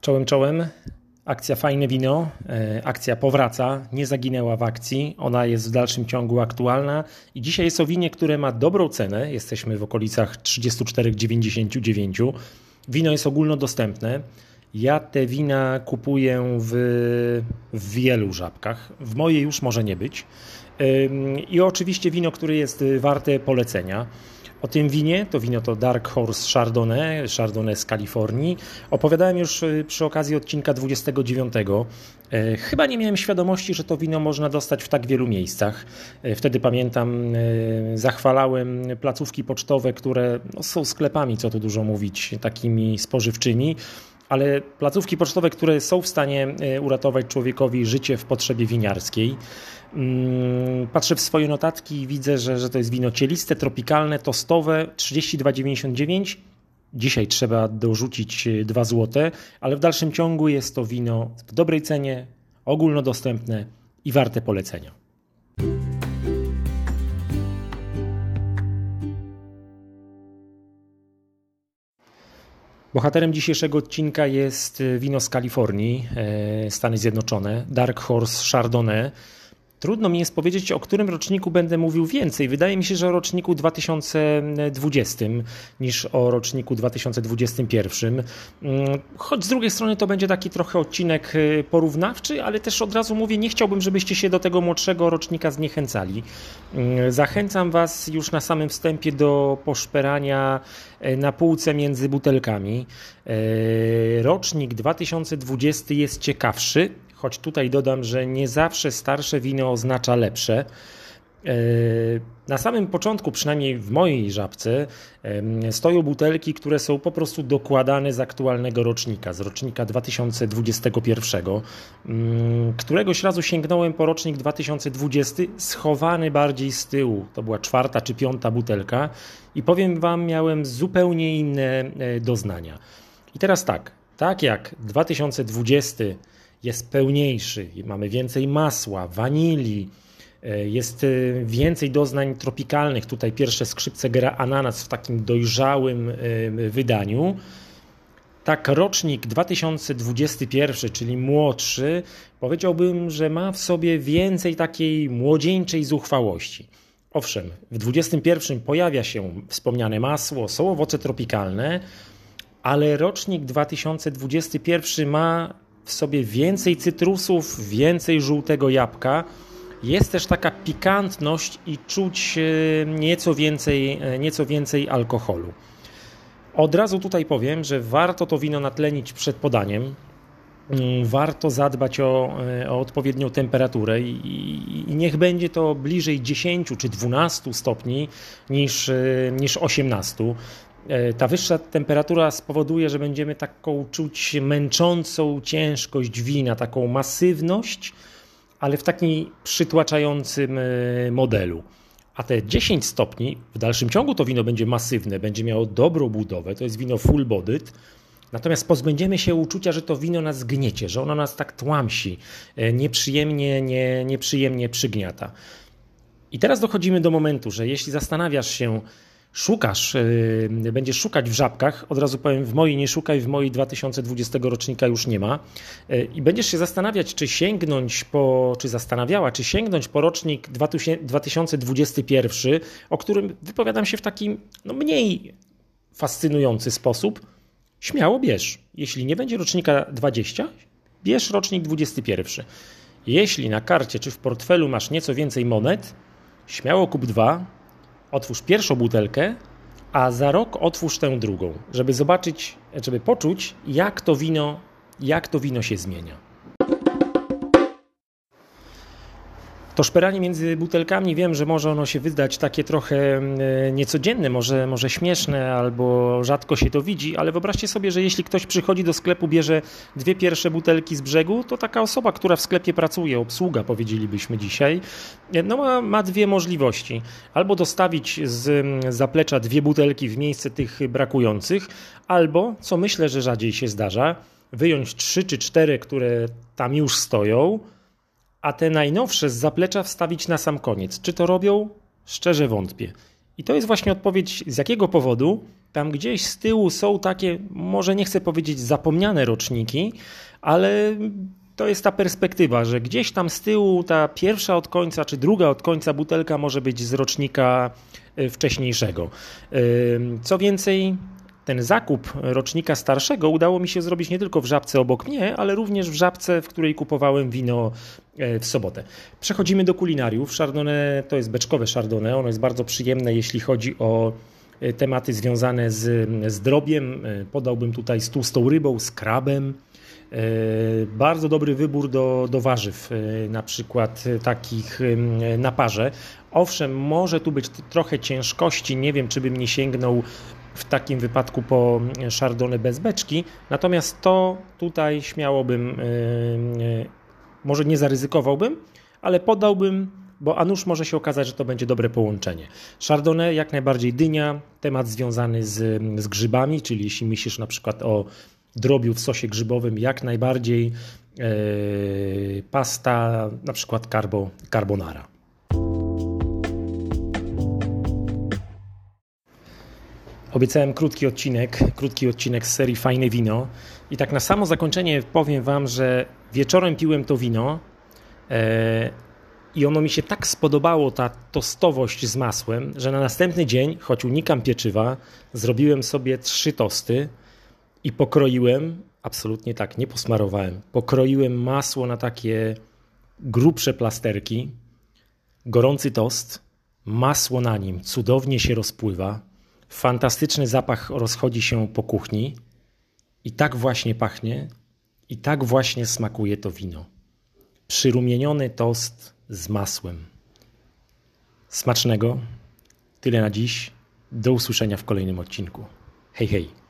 Czołem, czołem. Akcja Fajne Wino. Akcja powraca, nie zaginęła w akcji. Ona jest w dalszym ciągu aktualna i dzisiaj jest o winie, które ma dobrą cenę. Jesteśmy w okolicach 34,99. Wino jest ogólnodostępne. Ja te wina kupuję w wielu żabkach. W mojej już może nie być. I oczywiście wino, które jest warte polecenia. O tym winie, to wino to Dark Horse Chardonnay z Kalifornii. Opowiadałem już przy okazji odcinka 29. Chyba nie miałem świadomości, że to wino można dostać w tak wielu miejscach. Wtedy pamiętam, zachwalałem placówki pocztowe, które są sklepami, co tu dużo mówić, takimi spożywczymi. Ale placówki pocztowe, które są w stanie uratować człowiekowi życie w potrzebie winiarskiej. Patrzę w swoje notatki i widzę, że to jest wino cieliste, tropikalne, tostowe, 32,99. Dzisiaj trzeba dorzucić 2 zł, ale w dalszym ciągu jest to wino w dobrej cenie, ogólnodostępne i warte polecenia. Bohaterem dzisiejszego odcinka jest wino z Kalifornii, Stany Zjednoczone, Dark Horse Chardonnay. Trudno mi jest powiedzieć, o którym roczniku będę mówił więcej. Wydaje mi się, że o roczniku 2020 niż o roczniku 2021. Choć z drugiej strony to będzie taki trochę odcinek porównawczy, ale też od razu mówię, nie chciałbym, żebyście się do tego młodszego rocznika zniechęcali. Zachęcam Was już na samym wstępie do poszperania na półce między butelkami. Rocznik 2020 jest ciekawszy, choć tutaj dodam, że nie zawsze starsze wino oznacza lepsze. Na samym początku, przynajmniej w mojej żabce, stoją butelki, które są po prostu dokładane z aktualnego rocznika, z rocznika 2021. Któregoś razu sięgnąłem po rocznik 2020, schowany bardziej z tyłu. To była 4. czy 5. butelka i powiem Wam, miałem zupełnie inne doznania. I teraz tak jak 2020 jest pełniejszy, mamy więcej masła, wanilii, jest więcej doznań tropikalnych. Tutaj pierwsze skrzypce gra ananas w takim dojrzałym wydaniu. Tak rocznik 2021, czyli młodszy, powiedziałbym, że ma w sobie więcej takiej młodzieńczej zuchwałości. Owszem, w 2021 pojawia się wspomniane masło, są owoce tropikalne, ale rocznik 2021 ma w sobie więcej cytrusów, więcej żółtego jabłka. Jest też taka pikantność i czuć nieco więcej alkoholu. Od razu tutaj powiem, że warto to wino natlenić przed podaniem. Warto zadbać o odpowiednią temperaturę i niech będzie to bliżej 10 czy 12 stopni niż 18. Ta wyższa temperatura spowoduje, że będziemy taką czuć męczącą ciężkość wina, taką masywność, ale w takim przytłaczającym modelu. A te 10 stopni, w dalszym ciągu to wino będzie masywne, będzie miało dobrą budowę, to jest wino full bodied, natomiast pozbędziemy się uczucia, że to wino nas gniecie, że ono nas tak tłamsi, nieprzyjemnie przygniata. I teraz dochodzimy do momentu, że jeśli zastanawiasz się, będziesz szukać w żabkach, od razu powiem, w mojej nie szukaj, w mojej 2020 rocznika już nie ma i będziesz się zastanawiać, czy sięgnąć po rocznik 2021, o którym wypowiadam się w taki mniej fascynujący sposób, śmiało bierz. Jeśli nie będzie rocznika 20, bierz rocznik 21. Jeśli na karcie czy w portfelu masz nieco więcej monet, śmiało kup 2, otwórz pierwszą butelkę, a za rok otwórz tę drugą, żeby zobaczyć, żeby poczuć, jak to wino się zmienia. To szperanie między butelkami, wiem, że może ono się wydać takie trochę niecodzienne, może śmieszne, albo rzadko się to widzi, ale wyobraźcie sobie, że jeśli ktoś przychodzi do sklepu, bierze 2 pierwsze butelki z brzegu, to taka osoba, która w sklepie pracuje, obsługa powiedzielibyśmy dzisiaj, ma 2 możliwości. Albo dostawić z zaplecza 2 butelki w miejsce tych brakujących, albo, co myślę, że rzadziej się zdarza, wyjąć 3 czy 4, które tam już stoją, a te najnowsze z zaplecza wstawić na sam koniec. Czy to robią? Szczerze wątpię. I to jest właśnie odpowiedź, z jakiego powodu tam gdzieś z tyłu są takie, może nie chcę powiedzieć zapomniane roczniki, ale to jest ta perspektywa, że gdzieś tam z tyłu ta pierwsza od końca, czy druga od końca butelka może być z rocznika wcześniejszego. Co więcej, ten zakup rocznika starszego udało mi się zrobić nie tylko w Żabce obok mnie, ale również w Żabce, w której kupowałem wino w sobotę. Przechodzimy do kulinariów. Chardonnay to jest beczkowe Chardonnay. Ono jest bardzo przyjemne, jeśli chodzi o tematy związane z drobiem. Podałbym tutaj z tłustą rybą, z krabem. Bardzo dobry wybór do warzyw, na przykład takich na parze. Owszem, może tu być trochę ciężkości, nie wiem, czy bym nie sięgnął w takim wypadku po Chardonnay bez beczki, natomiast to tutaj śmiało bym, może nie zaryzykowałbym, ale podałbym, bo a nuż może się okazać, że to będzie dobre połączenie. Chardonnay jak najbardziej dynia, temat związany z grzybami, czyli jeśli myślisz na przykład o drobiu w sosie grzybowym, jak najbardziej pasta, na przykład carbonara. Obiecałem krótki odcinek z serii Fajne Wino i tak na samo zakończenie powiem Wam, że wieczorem piłem to wino i ono mi się tak spodobało, ta tostowość z masłem, że na następny dzień, choć unikam pieczywa, zrobiłem sobie 3 tosty i pokroiłem, absolutnie tak, nie posmarowałem, pokroiłem masło na takie grubsze plasterki, gorący tost, masło na nim cudownie się rozpływa, fantastyczny zapach rozchodzi się po kuchni i tak właśnie pachnie i tak właśnie smakuje to wino. Przyrumieniony tost z masłem. Smacznego. Tyle na dziś. Do usłyszenia w kolejnym odcinku. Hej, hej.